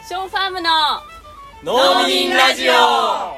ショーファームの農民ラジオ。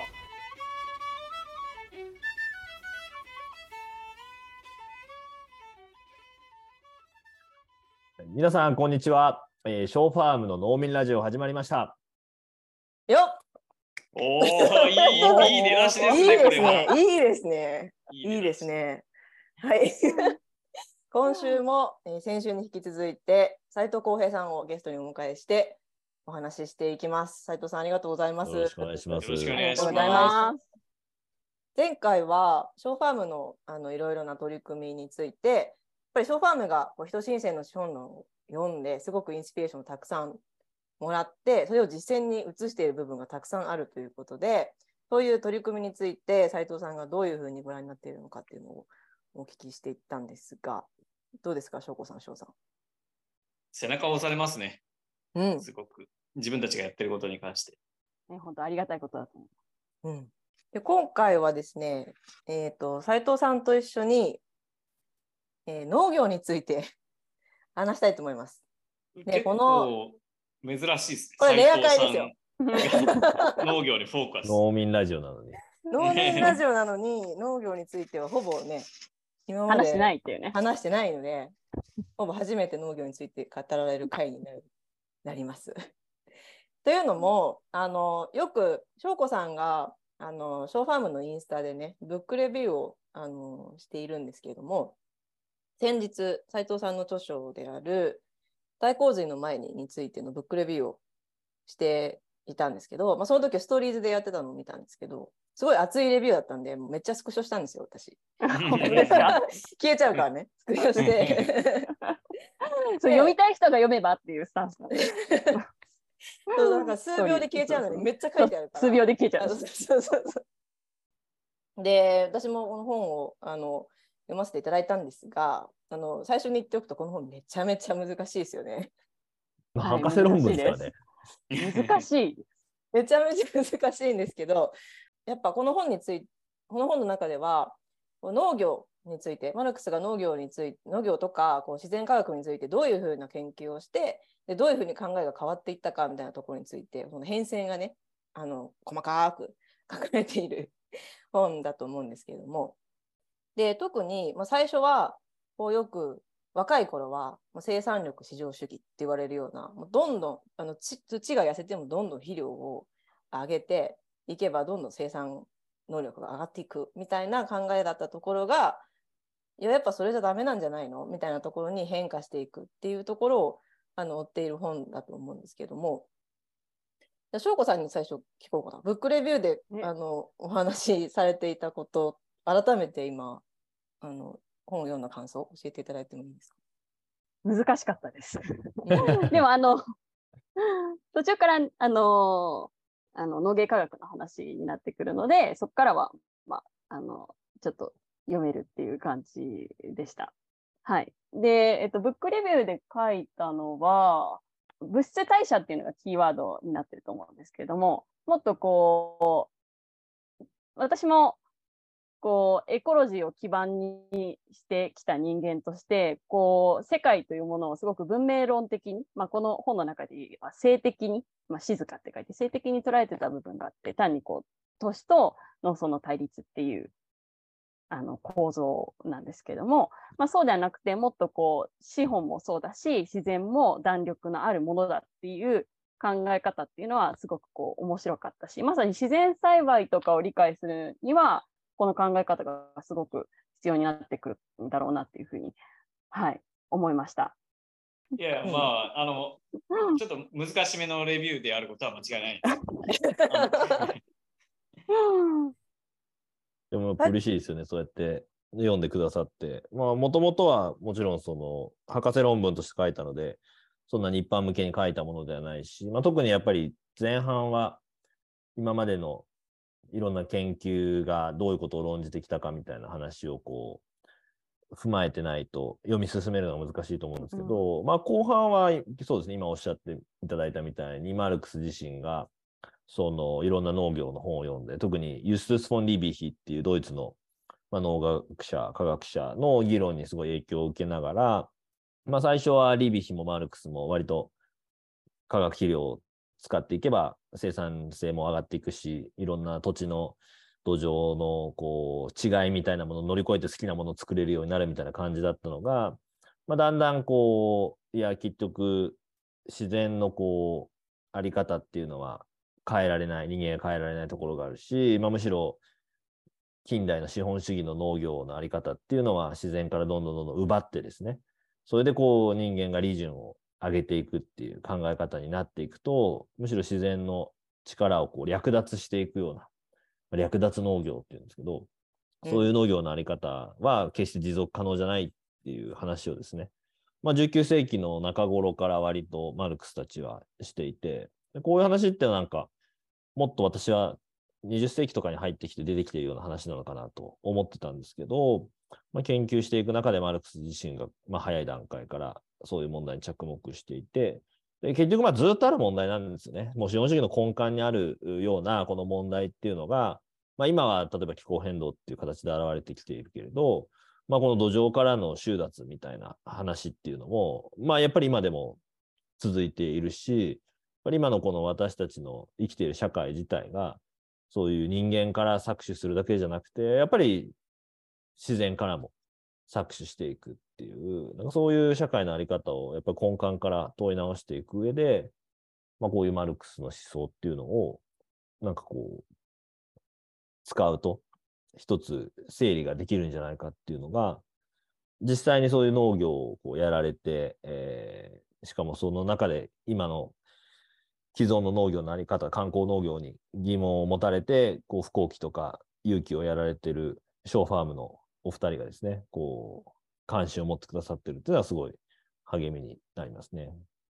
皆さんこんにちは、ショーファームの農民ラジオ始まりましたよっ。 おー、いい出だしですね。これはいいですね。いいですね。はい。今週も、先週に引き続いて斉藤浩平さんをゲストにお迎えしてお話ししていきます。斉藤さんありがとうございます。 よろしくお願いします。 よろしくお願いしありがとうございまます。前回はショーファームのいろいろな取り組みについて、やっぱりショーファームが人申請の資本論を読んですごくインスピレーションをたくさんもらって、それを実践に移している部分がたくさんあるということで、そういう取り組みについて斉藤さんがどういうふうにご覧になっているのかっていうのをお聞きしていったんですが、どうですか、翔子さん、翔さん。 背中を押されますね。 うん、 すごく自分たちがやってることに関して。 ね、本当ありがたいことだと思う。 うん、で今回はですね、斉藤さんと一緒に、農業について話したいと思います。 結構珍しいですね。 これレア回ですよ。 農業にフォーカス。 農民ラジオなのに。 農民ラジオなのに農業についてはほぼね、今まで話してないっていうね。 話してないので、ほぼ初めて農業について語られる回になります。というのも、よく翔子さんがショーファームのインスタでね、ブックレビューをしているんですけれども、先日斉藤さんの著書である大洪水の前についてのブックレビューをしていたんですけど、その時はストーリーズでやってたのを見たんですけど、すごい熱いレビューだったんで、もうめっちゃスクショしたんですよ、私。 本当ですか？ 消えちゃうからね、スクショして。 そう、読みたい人が読めばっていうスタンスなんで。 そう、なんか数秒で消えちゃうのにめっちゃ書いてあるから。 数秒で消えちゃう。 で、私もこの本を読ませていただいたんですが、最初に言っておくとこの本めちゃめちゃ難しいですよね。 博士論文ですからね。 難しい。 めちゃめちゃ難しいんですけど、やっぱこの本の中では農業について、マルクスが農業とか自然科学についてどういうふうな研究をして、でどういうふうに考えが変わっていったかみたいなところについて、この変遷がね、細かく書かれている本だと思うんですけれども、で特に、最初はよく若い頃は生産力至上主義って言われるような、どんどん土が痩せてもどんどん肥料を上げていけばどんどん生産能力が上がっていくみたいな考えだったところが、やっぱそれじゃダメなんじゃないのみたいなところに変化していくっていうところを追っている本だと思うんですけども、翔子さんに最初聞こうかな。ブックレビューでお話しされていたこと、改めて今本を読んだ感想を教えていただいてもいいですか？ 難しかったです。でも途中から農芸科学の話になってくるので、そこからはちょっと読めるっていう感じでした。はい。で、ブックレビューで書いたのは、物質代謝っていうのがキーワードになってると思うんですけれども、もっと私もエコロジーを基盤にしてきた人間として、世界というものをすごく文明論的に、この本の中で言えば静的に、静かって書いて静的に捉えてた部分があって、単に都市と農村の対立っていう構造なんですけども、そうではなくて、もっと資本もそうだし、自然も弾力のあるものだっていう考え方っていうのはすごく面白かったし、まさに自然栽培とかを理解するには、この考え方がすごく必要になってくるんだろうなっていうふうに、はい、思いました。 いや、ちょっと難しめのレビューであることは間違いないです。 でも嬉しいですよね、そうやって読んでくださって。もともとはもちろん博士論文として書いたので、そんなに一般向けに書いたものではないし、特にやっぱり前半は今までのいろんな研究がどういうことを論じてきたかみたいな話を踏まえてないと読み進めるのが難しいと思うんですけど、後半はそうですね、今おっしゃっていただいたみたいにマルクス自身がいろんな農業の本を読んで、特にユストゥス・フォン・リビヒっていうドイツの農学者科学者の議論にすごい影響を受けながら、最初はリビヒもマルクスも割と化学肥料を使っていけば生産性も上がっていくし、いろんな土地の土壌のこう違いみたいなものを乗り越えて好きなものを作れるようになるみたいな感じだったのが、だんだんこう、いや、結局、自然のこう、あり方っていうのは変えられない、人間が変えられないところがあるし、むしろ、近代の資本主義の農業のあり方っていうのは自然からどんどん奪ってですね、それでこう人間が利潤を上げていくっていう考え方になっていくと、むしろ自然の力をこう略奪していくような、略奪農業っていうんですけど、そういう農業のあり方は決して持続可能じゃないっていう話をですね、19世紀の中頃から割とマルクスたちはしていて、こういう話ってなんか、もっと私は20世紀とかに入ってきて出てきているような話なのかなと思ってたんですけど、研究していく中でマルクス自身が、早い段階からそういう問題に着目していて、で結局ずっとある問題なんですよね。もう資本主義の根幹にあるようなこの問題っていうのが、今は例えば気候変動っていう形で現れてきているけれど、この土壌からの収奪みたいな話っていうのも、やっぱり今でも続いているし、やっぱり今のこの私たちの生きている社会自体が、そういう人間から搾取するだけじゃなくて、やっぱり自然からも搾取していくっていう、なんかそういう社会のあり方をやっぱり根幹から問い直していく上で、こういうマルクスの思想っていうのを、なんかこう、使うと、一つ整理ができるんじゃないかっていうのが、実際にそういう農業をこうやられて、しかもその中で今の既存の農業のあり方、観光農業に疑問を持たれて、こう、不耕起とか有機をやられているショーファームのお二人がですね、こう、関心を持ってくださってるっていうのはすごい励みになりますね。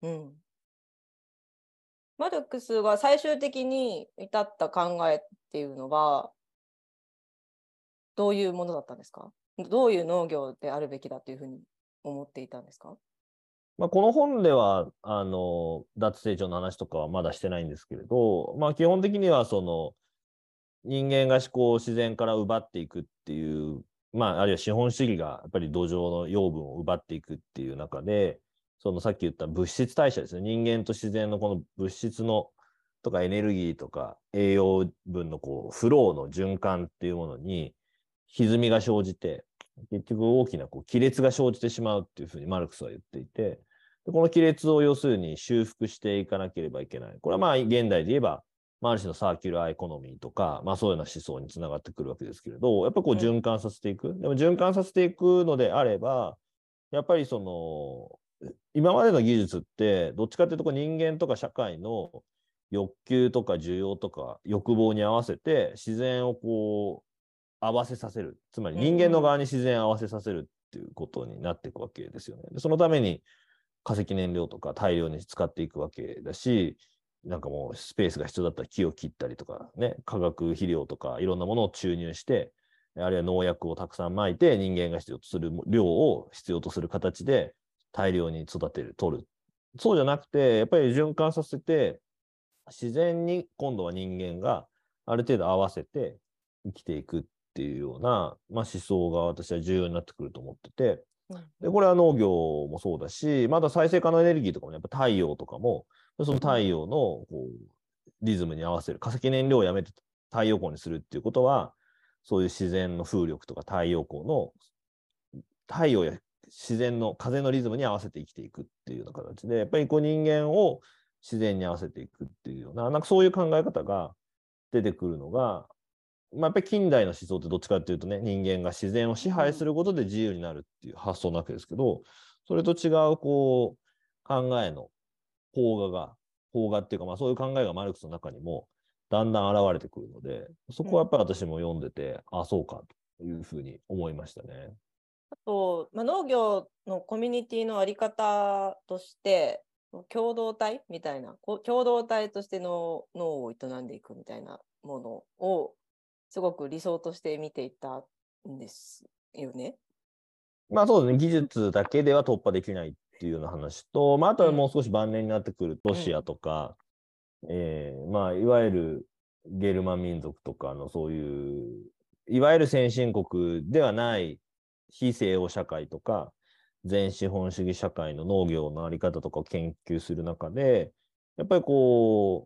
マルクスが最終的に至った考えっていうのは、どういうものだったんですか？どういう農業であるべきだというふうに思っていたんですか？ この本では、脱成長の話とかはまだしてないんですけれど、基本的にはその、人間が自然から奪っていくっていう、あるいは資本主義がやっぱり土壌の養分を奪っていくっていう中で、そのさっき言った物質代謝ですね。人間と自然のこの物質のとかエネルギーとか栄養分のこうフローの循環っていうものに歪みが生じて、結局大きなこう亀裂が生じてしまうっていうふうにマルクスは言っていて、でこの亀裂を要するに修復していかなければいけない。これは現代で言えば、ある種のサーキュラーエコノミーとか、そういうような思想につながってくるわけですけれど、やっぱこう循環させていく。でも循環させていくのであれば、やっぱりその、今までの技術って、どっちかっていうと人間とか社会の欲求とか需要とか欲望に合わせて自然をこう合わせさせる。つまり人間の側に自然を合わせさせるっていうことになっていくわけですよね。でそのために化石燃料とか大量に使っていくわけだし、なんかもうスペースが必要だったら木を切ったりとかね、化学肥料とかいろんなものを注入して、あるいは農薬をたくさん撒いて人間が必要とする量を必要とする形で大量に育てる、取る。そうじゃなくて、やっぱり循環させて、自然に今度は人間がある程度合わせて生きていくっていうような、思想が私は重要になってくると思ってて、でこれは農業もそうだし、まだ再生可能エネルギーとかもやっぱ太陽とかも、その太陽のこうリズムに合わせる、化石燃料をやめて太陽光にするっていうことは、そういう自然の風力とか太陽光の太陽や自然の風のリズムに合わせて生きていくっていうような形で、やっぱりこう人間を自然に合わせていくっていうような、なんかそういう考え方が出てくるのが、やっぱり近代の思想ってどっちかっていうとね、人間が自然を支配することで自由になるっていう発想なわけですけど、それと違うこう考えの邦画っていうか、そういう考えがマルクスの中にもだんだん現れてくるので、そこはやっぱり私も読んでて、そうかというふうに思いましたね。 あと、農業のコミュニティのあり方として、共同体みたいな、共同体としての農を営んでいくみたいなものをすごく理想として見ていたんですよね。 そうですね、技術だけでは突破できないっていうような話と、あとはもう少し晩年になってくるロシアとか、いわゆるゲルマン民族とかのそういう、いわゆる先進国ではない非西欧社会とか、全資本主義社会の農業のあり方とかを研究する中で、やっぱりこ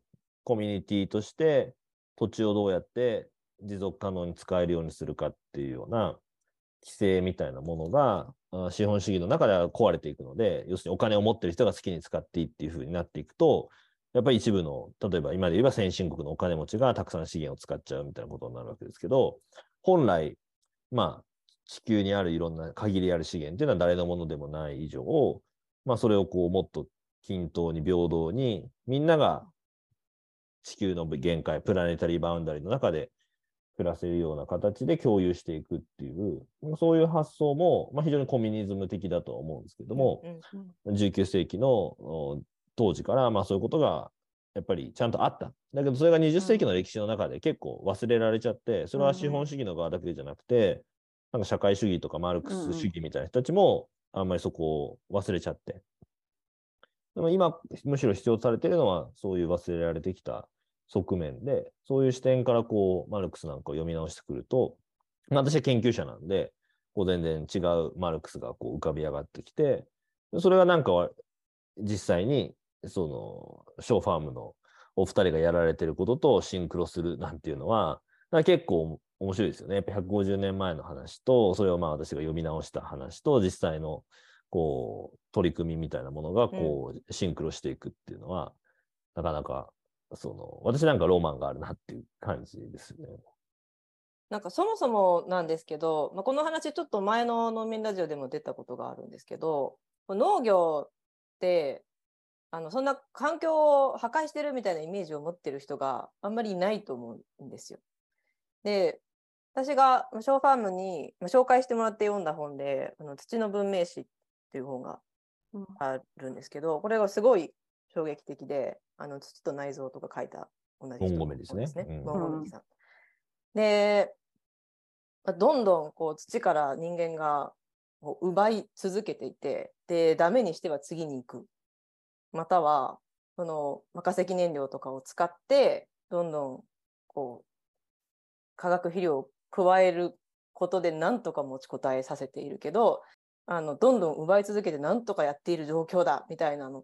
コミュニティとして土地をどうやって持続可能に使えるようにするかっていうような規制みたいなものが資本主義の中では壊れていくので、要するにお金を持ってる人が好きに使っていいっていう風になっていくと、やっぱり一部の、例えば今で言えば先進国のお金持ちがたくさん資源を使っちゃうみたいなことになるわけですけど、本来、まあ、地球にあるいろんな限りある資源っていうのは誰のものでもない以上、まあ、それをこうもっと均等に平等にみんなが地球の限界、プラネタリーバウンダリーの中で暮らせるような形で共有していくっていう、そういう発想も、まあ、非常にコミュニズム的だとは思うんですけども、19世紀の当時から、まあ、そういうことがやっぱりちゃんとあった。だけどそれが20世紀の歴史の中で結構忘れられちゃって、それは資本主義の側だけじゃなくて、なんか社会主義とかマルクス主義みたいな人たちもあんまりそこを忘れちゃって。でも今、むしろ必要とされているのは、そういう忘れられてきた側面で、そういう視点からこう、マルクスなんかを読み直してくると、まあ、私は研究者なんで、こう全然違うマルクスがこう浮かび上がってきて、それがなんかは実際に、その、ショーファームのお二人がやられてることとシンクロするなんていうのは、結構面白いですよね。やっぱ150年前の話と、それをまあ私が読み直した話と、実際のこう取り組みみたいなものがこうシンクロしていくっていうのは、なかなかその私なんかロマンがあるなっていう感じですね。 なんかそもそもなんですけど、この話ちょっと前の農民ラジオでも出たことがあるんですけど、農業ってそんな環境を破壊してるみたいなイメージを持ってる人があんまりいないと思うんですよ。で、私がショーファームに紹介してもらって読んだ本で土の文明史っていう本があるんですけど、これがすごい衝撃的で、土と内臓とか書いた同じ人の本ですね。モンゴメリさん。で、どんどんこう土から人間が奪い続けていて、でダメにしては次に行く、またはその化石燃料とかを使ってどんどんこう化学肥料を加えることで何とか持ちこたえさせているけど、どんどん奪い続けて何とかやっている状況だみたいなのって、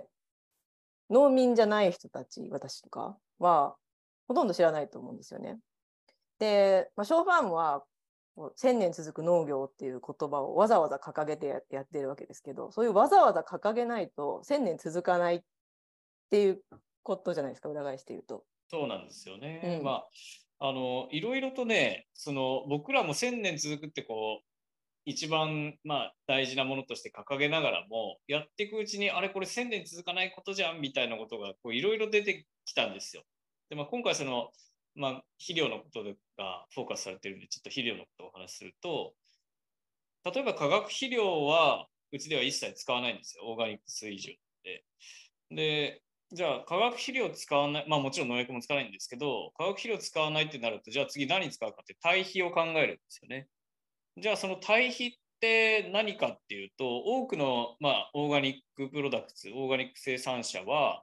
農民じゃない人たち、私とかはほとんど知らないと思うんですよね。で、ショーファームは1000年続く農業っていう言葉をわざわざ掲げてやってるわけですけど、そういうわざわざ掲げないと1000年続かないっていうことじゃないですか、裏返して言うと。 そうなんですよね。まあいろいろとね、その僕らも1000年続くってこう一番大事なものとして掲げながらも、やっていくうちにあれこれ1000年続かないことじゃんみたいなことがいろいろ出てきたんですよ。で、今回その、肥料のことがフォーカスされてるんで、ちょっと肥料のことをお話しすると、例えば化学肥料はうちでは一切使わないんですよ。オーガニック水準で。で、じゃあ化学肥料使わない、もちろん農薬も使わないんですけど、化学肥料使わないってなると、じゃあ次何使うかって堆肥を考えるんですよね。じゃあその堆肥って何かっていうと、多くの、オーガニックプロダクツ、オーガニック生産者は、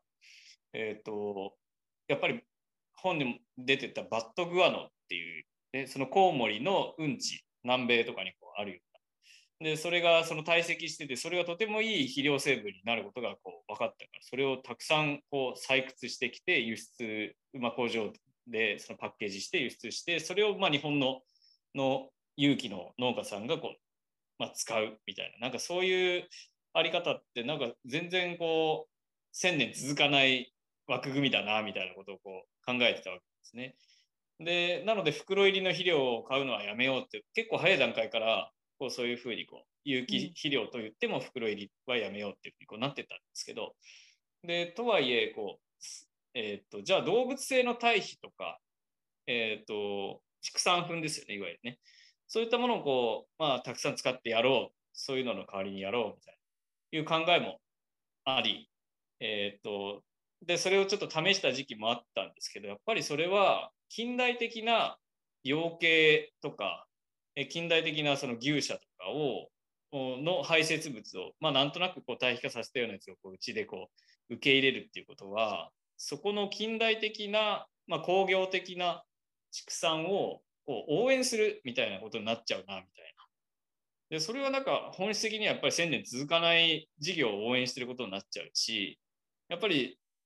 やっぱり本にも出てたバットグアノっていう、でそのコウモリのうんち、南米とかにあるような。で、それがその堆積してて、それがとてもいい肥料成分になることが分かったから、それをたくさん採掘してきて輸出、工場でそのパッケージして輸出して、それを日本の有機の農家さんが使うみたいな、なんかそういうあり方ってなんか全然1000年続かない枠組みだなみたいなことを考えてたわけですね。で、なので袋入りの肥料を買うのはやめようって結構早い段階からそういうふうに有機肥料といっても袋入りはやめようっていうふうになってたんですけど、でとはいえじゃあ動物性の堆肥とか、畜産糞ですよね、いわゆるね。そういったものをたくさん使ってやろう、そういうのの代わりにやろうみたいないう考えもあり、でそれをちょっと試した時期もあったんですけど、やっぱりそれは近代的な養鶏とか近代的なその牛舎とかの排泄物を、なんとなく堆肥化させたようなやつをうちで受け入れるっていうことは、そこの近代的な、工業的な畜産を応援するみたいなことになっちゃうなみたいな。でそれはなんか本質的にはやっぱり1000年続かない事業を応援してることになっちゃうし、やっぱり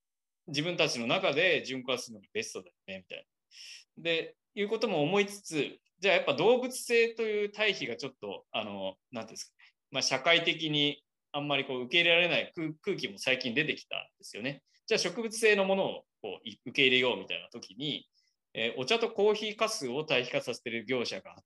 自分たちの中で純化するのがベストだよねみたいな。で、いうことも思いつつ、じゃあやっぱ動物性という対比がちょっと、なんていうんですかね、まあ、社会的にあんまりこう受け入れられない空気も最近出てきたんですよね。じゃあ植物性のものをこう受け入れようみたいな時に、お茶とコーヒーかすを対比化させている業者があって、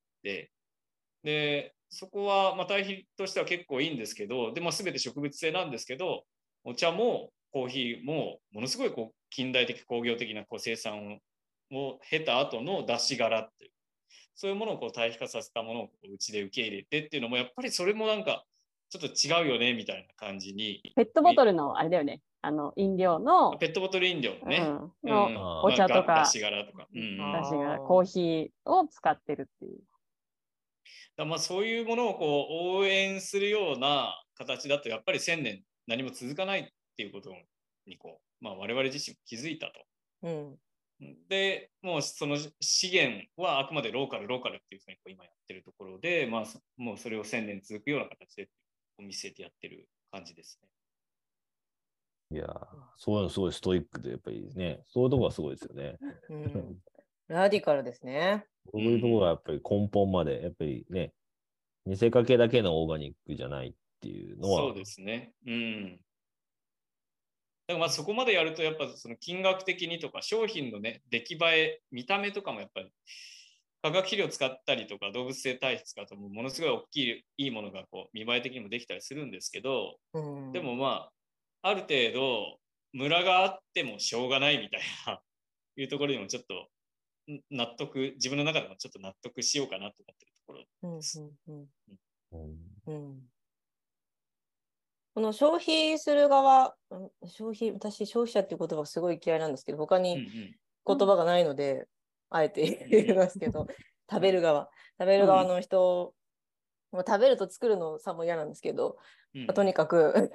で、そこはまあ対比としては結構いいんですけど、でも全て植物性なんですけど、お茶もコーヒーもものすごいこう近代的工業的なこう生産を経た後の出し柄っていう、そういうものをこう対比化させたものをうちで受け入れてっていうのも、やっぱりそれもなんかちょっと違うよねみたいな感じに。 ペットボトルのあれだよね。飲料の、 ペットボトル飲料のね、 のお茶とか、 出し柄とか、 出し柄、コーヒーを使ってるっていう。 まあそういうものをこう応援するような形だと、やっぱり1000年何も続かないっていうことにこう、まあ、我々自身も気づいたと。で、もうその資源はあくまでローカルっていうふうにこう今やってるところで、まあ、もうそれを1000年続くような形で見据えてやってる感じですね。いやそういうのすごいストイックで、やっぱりね、そういうところがすごいですよね。 ラディカルですね。 そういうところがやっぱり根本まで、やっぱりね、見せかけだけのオーガニックじゃないっていうのは。 そうですね。だからまあそこまでやると、やっぱその金額的にとか商品のね、出来栄え、見た目とかもやっぱり化学肥料使ったりとか動物性堆肥使うとものすごい大きいいいものがこう見栄え的にもできたりするんですけど、でもまあある程度ムラがあってもしょうがないみたいないうところにもちょっと自分の中でもちょっと納得しようかなと思ってるところです。 この消費する側、私消費者っていう言葉がすごい嫌いなんですけど、他に言葉がないので、あえて言いますけど、食べる側の人、もう食べると作るのさも嫌なんですけど、とにかく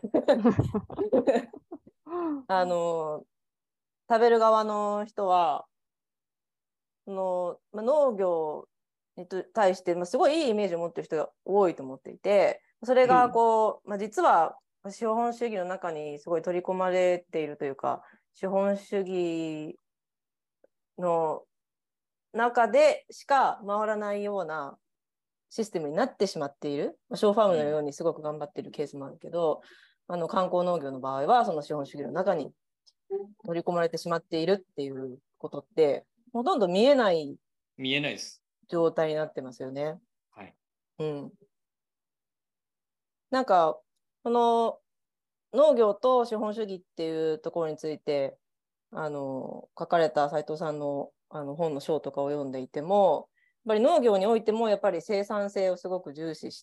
食べる側の人は農業に対してすごいいいイメージを持ってる人が多いと思っていて、それがこう、実は資本主義の中にすごい取り込まれているというか、資本主義の中でしか回らないようなシステムになってしまっている。ショーファームのようにすごく頑張っているケースもあるけど、観光農業の場合はその資本主義の中に取り込まれてしまっているっていうことってほとんど見えないです状態になってますよね。 はい。 なんかこの農業と資本主義っていうところについて書かれた斉藤さんの本の章とかを読んでいても、やっぱり農業においてもやっぱり生産性をすごく重視して、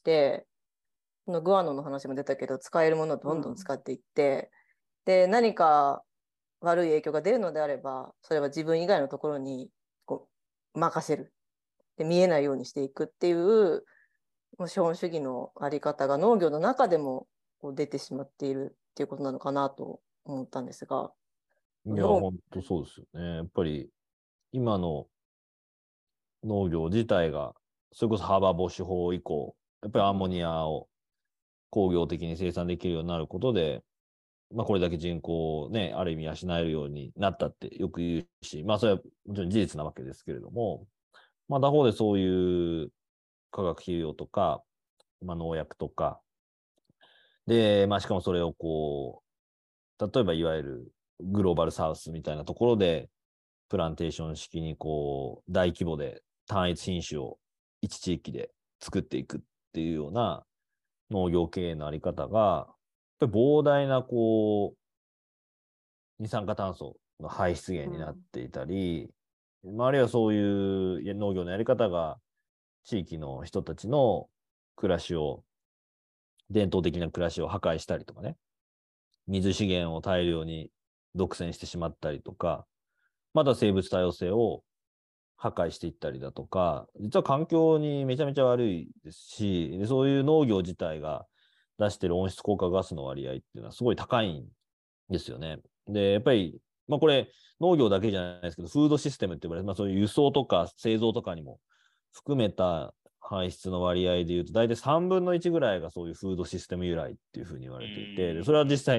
このグアノの話も出たけど、使えるものをどんどん使っていって、で何か悪い影響が出るのであれば、それは自分以外のところにこう任せる。で見えないようにしていくっていう資本主義のあり方が農業の中でもこう出てしまっているっていうことなのかなと思ったんですが。 いや、本当そうですよね。やっぱり今の農業自体が、それこそハーバーボッシュ法以降、やっぱりアンモニアを工業的に生産できるようになることで、まあ、これだけ人口をね、ある意味養えるようになったってよく言うし、まあ、それはもちろん事実なわけですけれども、まあ、他方でそういう化学肥料とか、まあ、農薬とか、で、まあ、しかもそれをこう、例えばいわゆるグローバルサウスみたいなところで、プランテーション式にこう、大規模で単一品種を一地域で作っていくっていうような農業経営のあり方が、やっぱり膨大なこう、二酸化炭素の排出源になっていたり、あるいはそういう農業のやり方が地域の人たちの暮らしを、伝統的な暮らしを破壊したりとかね、水資源を大量に独占してしまったりとか、また生物多様性を破壊していったりだとか、実は環境にめちゃめちゃ悪いですし、でそういう農業自体が出している温室効果ガスの割合っていうのはすごい高いんですよね。で、やっぱり、まあこれ農業だけじゃないですけど、フードシステムって言われて、まあそういう輸送とか製造とかにも含めた排出の割合でいうと、大体3分の1ぐらいがそういうフードシステム由来っていうふうに言われていて、でそれは実際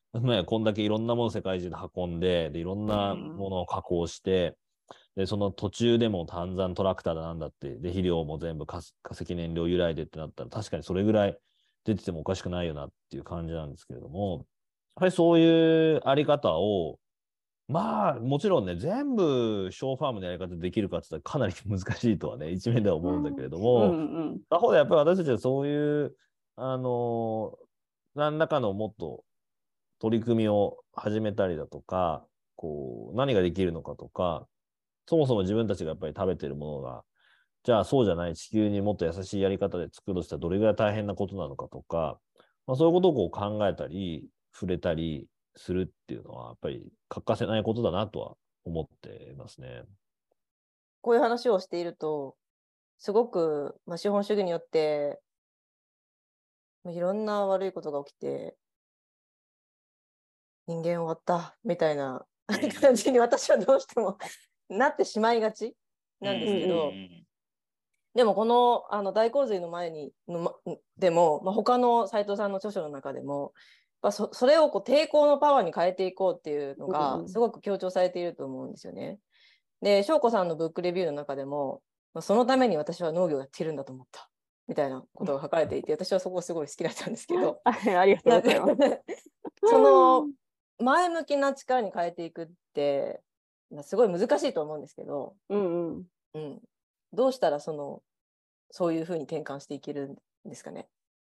ね、こんだけいろんなものを世界中で運んで、いろんなものを加工して、で、その途中でも単山トラクターだなんだって、で、肥料も全部化石燃料由来でってなったら、確かにそれぐらい出ててもおかしくないよなっていう感じなんですけれども、やっぱりそういうあり方を、まあ、もちろんね、全部、ショーファームのやり方できるかって言ったらかなり難しいとはね、一面では思うんだけれども、他方でやっぱり私たちはそういう、何らかのもっと取り組みを始めたりだとか、こう、何ができるのかとか、そもそも自分たちがやっぱり食べてるものが、じゃあそうじゃない地球にもっと優しいやり方で作るとしたらどれぐらい大変なことなのかとか、まあ、そういうことをこう考えたり、触れたりするっていうのは、やっぱり欠かせないことだなとは思っていますね。 こういう話をしていると、すごく、資本主義によって、いろんな悪いことが起きて、人間終わったみたいな感じに私はどうしてもなってしまいがちなんですけど、でもこの、大洪水の前にでも、他の斉藤さんの著書の中でも、それをこう抵抗のパワーに変えていこうっていうのがすごく強調されていると思うんですよね。で、翔子さんのブックレビューの中でも、そのために私は農業をやっているんだと思ったみたいなことが書かれていて、私はそこすごい好きだったんですけどありがとうございます。 その前向きな力に変えていくってすごい難しいと思うんですけど、どうしたらそういうふうに転換していけるんですかね。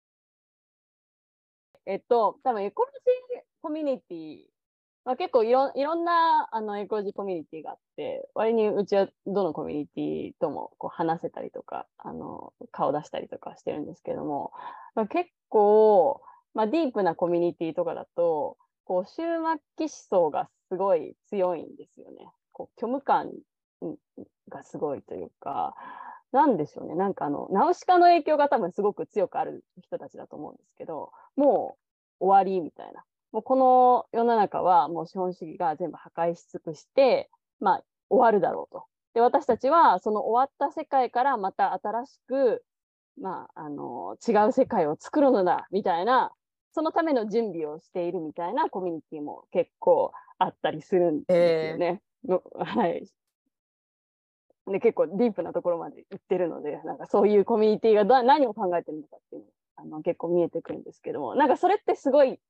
多分エコロジーコミュニティ、結構いろんなエコロジーコミュニティがあって、割にうちはどのコミュニティともこう話せたりとか、顔出したりとかしてるんですけども、結構、ディープなコミュニティとかだと、こう終末期思想がすごい強いんですよね。こう虚無感がすごいというか、なんでしょうね。なんかナウシカの影響が多分すごく強くある人たちだと思うんですけど、もう終わりみたいな。もうこの世の中はもう資本主義が全部破壊し尽くして、終わるだろうと。で、私たちはその終わった世界からまた新しく、違う世界を作るのだみたいな、そのための準備をしているみたいなコミュニティも結構あったりするんですよね。はい。で、結構ディープなところまで行ってるので、なんかそういうコミュニティが何を考えてるのかっていうの結構見えてくるんですけども、なんかそれってすごい、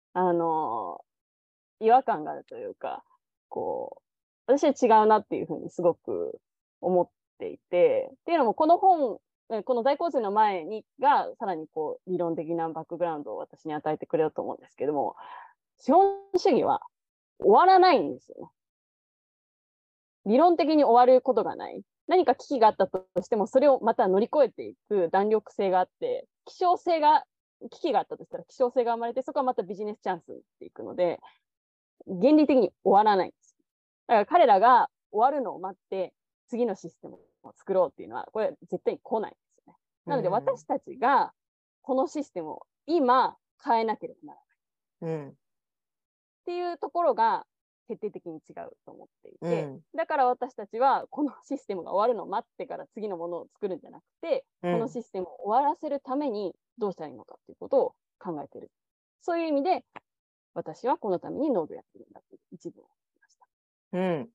違和感があるというか、こう、私は違うなっていうふうにすごく思っていて、っていうのもこの本、この大洪水の前にがさらにこう理論的なバックグラウンドを私に与えてくれると思うんですけども、資本主義は終わらないんですよね。理論的に終わることがない。何か危機があったとしても、それをまた乗り越えていく弾力性があって、危機があったとしたら希少性が生まれて、そこはまたビジネスチャンスになっていくので、原理的に終わらないんです。だから彼らが終わるのを待って、次のシステムを作ろうっていうのは、これ絶対に来ないんですよね。なので私たちがこのシステムを今変えなければならない。っていうところが決定的に違うと思っていて、だから私たちはこのシステムが終わるのを待ってから次のものを作るんじゃなくて、このシステムを終わらせるためにどうしたらいいのかっていうことを考えている。そういう意味で、私はこのために農業をやってるんだっていう一部を言いました。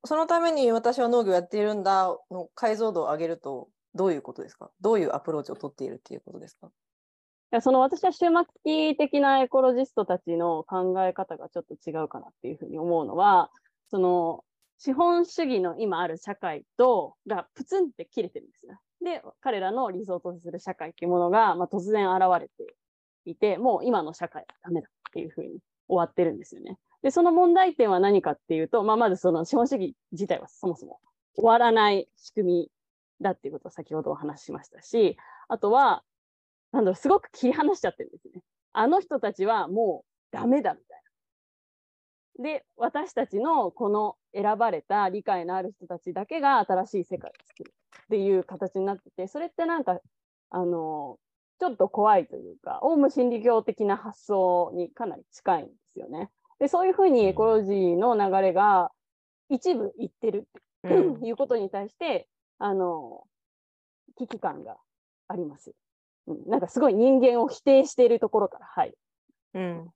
そのために私は農業をやっているんだの解像度を上げると、どういうことですか？どういうアプローチを取っているっていうことですか？ 私は終末期的なエコロジストたちの考え方がちょっと違うかなっていうふうに思うのは、資本主義の今ある社会がプツンって切れてるんですね。で、彼らの理想とする社会っていうものが、突然現れていて、もう今の社会はダメだっていうふうに終わってるんですよね。で、その問題点は何かっていうと、まずその資本主義自体はそもそも終わらない仕組みだっていうことを先ほどお話ししましたし、あとは、すごく切り離しちゃってるんですね。あの人たちはもうダメだみたいな。で、私たちのこの選ばれた理解のある人たちだけが新しい世界を作るっていう形になってて、それってなんか、ちょっと怖いというか、オウム真理教的な発想にかなり近いんですよね。で、そういうふうにエコロジーの流れが一部いってるっていうことに対して、危機感があります。なんかすごい人間を否定しているところから入る。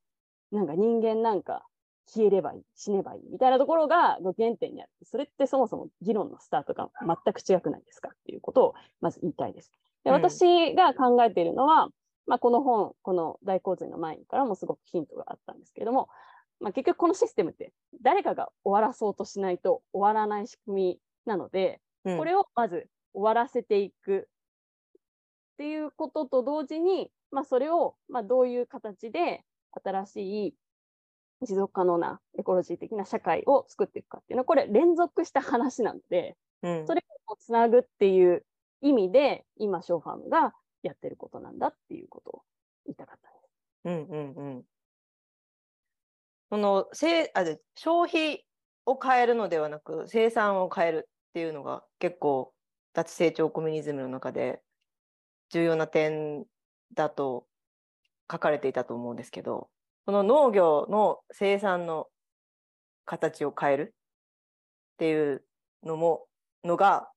なんか人間なんか消えればいい、死ねばいいみたいなところが原点にある。それってそもそも議論のスタートが全く違くないですかっていうことをまず言いたいです。で、私が考えているのは、この本、この大洪水の前からもすごくヒントがあったんですけれども、結局このシステムって誰かが終わらそうとしないと終わらない仕組みなので、これをまず終わらせていくっていうことと同時に、それをどういう形で新しい持続可能なエコロジー的な社会を作っていくかっていうのは、これ連続した話なので、それをつなぐっていう意味で、今、ショーファームがやってることなんだっていうことを言いたかったです。 その消費を変えるのではなく、生産を変えるっていうのが結構、脱成長コミュニズムの中で重要な点だと書かれていたと思うんですけど、その農業の生産の形を変えるっていうのが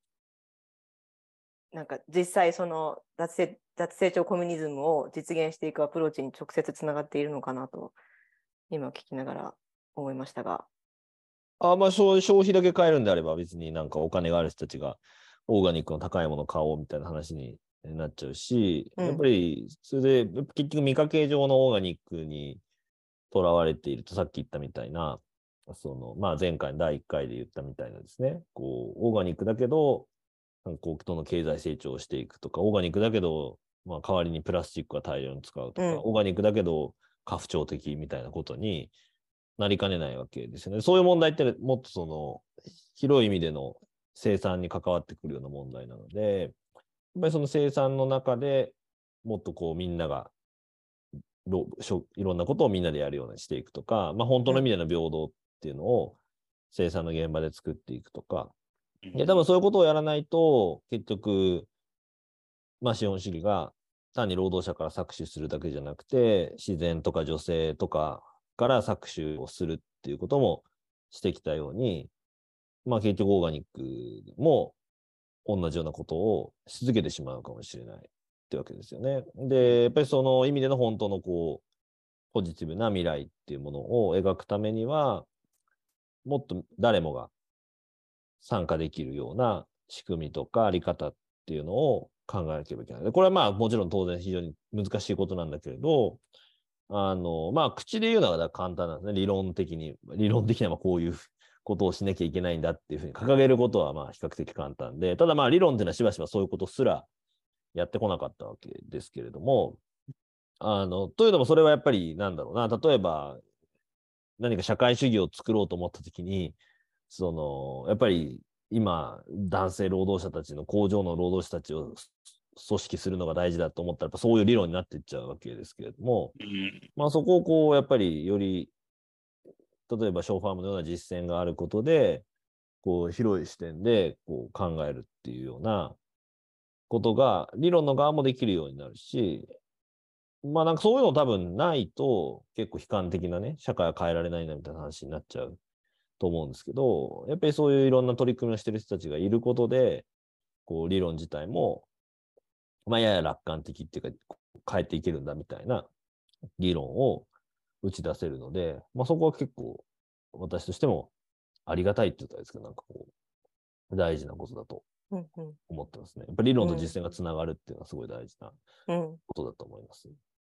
なんか実際その脱成長コミュニズムを実現していくアプローチに直接つながっているのかなと今聞きながら思いましたが。 消費だけ変えるんであれば別になんかお金がある人たちがオーガニックの高いものを買おうみたいな話になっちゃうし、やっぱりそれで結局見かけ上のオーガニックにとらわれていると、さっき言ったみたいな、前回第1回で言ったみたいなですね、オーガニックだけどとの経済成長をしていくとか、オーガニックだけど、代わりにプラスチックは大量に使うとか、オーガニックだけど過不調的みたいなことになりかねないわけですよね。そういう問題ってもっと広い意味での生産に関わってくるような問題なので、やっぱりその生産の中でもっとみんながいろんなことをみんなでやるようにしていくとか、本当の意味での平等っていうのを生産の現場で作っていくとか、多分そういうことをやらないと、結局、資本主義が単に労働者から搾取するだけじゃなくて、自然とか女性とかから搾取をするっていうこともしてきたように、結局オーガニックも同じようなことをし続けてしまうかもしれないってわけですよね。で、やっぱりその意味での本当のポジティブな未来っていうものを描くためには、もっと誰もが参加できるような仕組みとかあり方っていうのを考えなければいけない。でこれはもちろん当然非常に難しいことなんだけれど、口で言うのは簡単なんですね。理論的にはこういうことをしなきゃいけないんだっていうふうに掲げることは比較的簡単で、ただ理論っていうのはしばしばそういうことすらやってこなかったわけですけれども、というのもそれはやっぱりなんだろうな、例えば何か社会主義を作ろうと思ったときに、やっぱり今、男性労働者たちの工場の労働者たちを組織するのが大事だと思ったら、そういう理論になっていっちゃうわけですけれども、そこをやっぱりより、例えばショーファームのような実践があることで、広い視点で考えるっていうようなことが、理論の側もできるようになるし、なんかそういうの多分ないと、結構悲観的なね、社会は変えられないなみたいな話になっちゃうと思うんですけど、やっぱりそういういろんな取り組みをしている人たちがいることで、理論自体も、やや楽観的っていうか、変えていけるんだみたいな議論を打ち出せるので、そこは結構私としてもありがたいって言ったらですけど、なんか大事なことだと思ってますね。やっぱり理論と実践がつながるっていうのはすごい大事なことだと思います。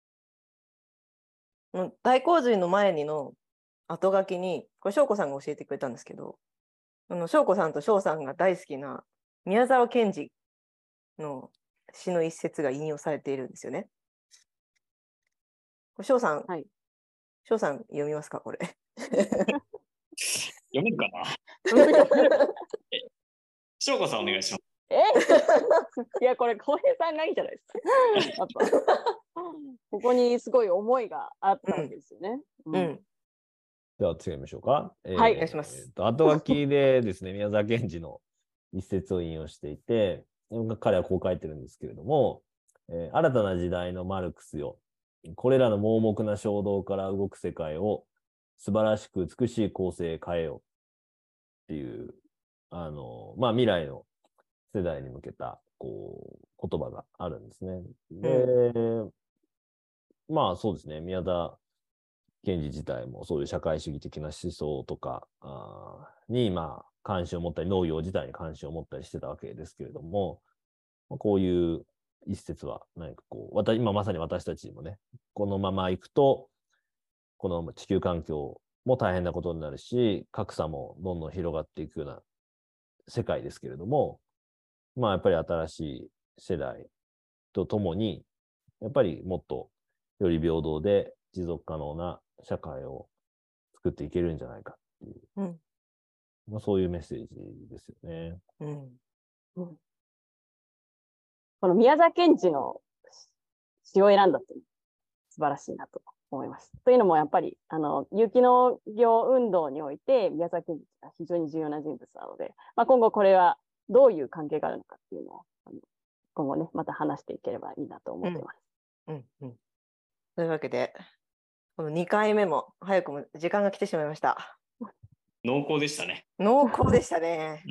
大洪水の前にの後書きに、これ翔子さんが教えてくれたんですけど、翔子さんと翔さんが大好きな宮沢賢治の詩の一節が引用されているんですよね。翔さん、翔さん読みますかこれ。 読めるかな。翔子さんお願いします。 いや、これ浩平さんがいいじゃないですか。ここにすごい思いがあったわけですよね。 では次見ましょうか。 はい、お願いします。 後書きでですね、宮沢賢治の一節を引用していて、彼はこう書いてるんですけれども、新たな時代のマルクスよ。これらの盲目な衝動から動く世界を素晴らしく美しい構成へ変えようっていう、未来の世代に向けた言葉があるんですね。で、そうですね、宮田検事自体もそういう社会主義的な思想とかに関心を持ったり、農業自体に関心を持ったりしてたわけですけれども、こういう一節は何かこう、今まさに私たちもね、このままいくと、この地球環境も大変なことになるし、格差もどんどん広がっていくような世界ですけれども、やっぱり新しい世代とともに、やっぱりもっとより平等で持続可能な社会を作っていけるんじゃないかっていう、そういうメッセージですよね。 この宮沢賢治の詩を選んだって素晴らしいなと思います。というのもやっぱり有機農業運動において宮沢賢治が非常に重要な人物なので、今後これはどういう関係があるのかっていうのを今後ねまた話していければいいなと思ってます。 というわけでこの2回目も早くも時間が来てしまいました。 濃厚でしたね。 濃厚でしたね。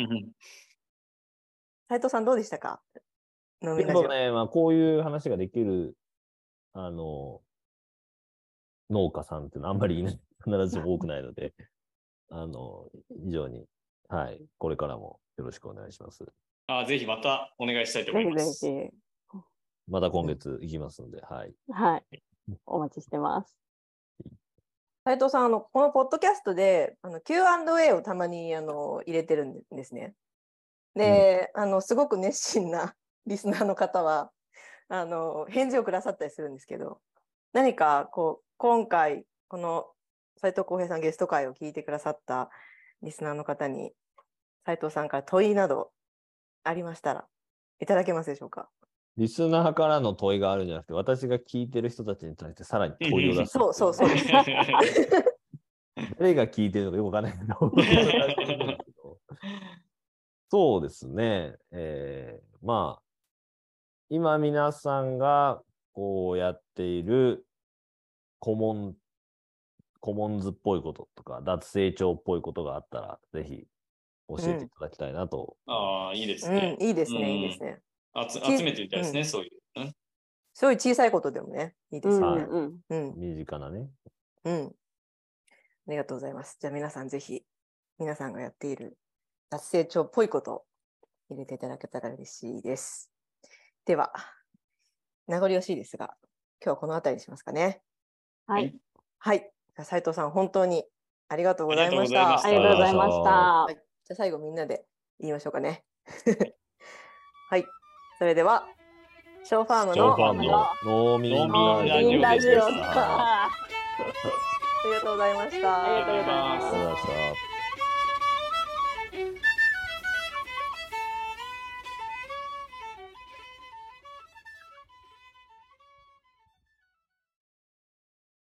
斉藤さんどうでしたか？ でもね、こういう話ができる農家さんっていうのはあんまり必ずしも多くないので、非常に、これからもよろしくお願いします。 ぜひまたお願いしたいと思います。 ぜひまた今月行きますので、 お待ちしてます。 斉藤さん、このポッドキャストでQ&A をたまに入れてるんですね。で、すごく熱心なリスナーの方は返事をくださったりするんですけど、何か今回この斉藤浩平さんゲスト会を聞いてくださったリスナーの方に斉藤さんから問いなどありましたらいただけますでしょうか？ リスナーからの問いがあるんじゃなくて、私が聞いてる人たちに対してさらに問いを出す。 そう誰が聞いてるのかよくわかんないけど。そうですね。今皆さんがこうやっているコモンズっぽいこととか、脱成長っぽいことがあったら、ぜひ教えていただきたいなと。 いいですね。 いいですね、いいですね。 集めてみたいですね、そういう。 そういう小さいことでもね、いいですよね。 身近なね。 ありがとうございます。じゃあ皆さんぜひ、皆さんがやっている脱成長っぽいことを入れていただけたら嬉しいです。では、名残惜しいですが、今日はこの辺りにしますかね。 はい。 斉藤さん、本当にありがとうございました。 ありがとうございました。 じゃあ最後みんなで言いましょうかね。それでは、ショーファームの農民ラジオ。 ありがとうございました。 ありがとうございます。 ありがとうございました。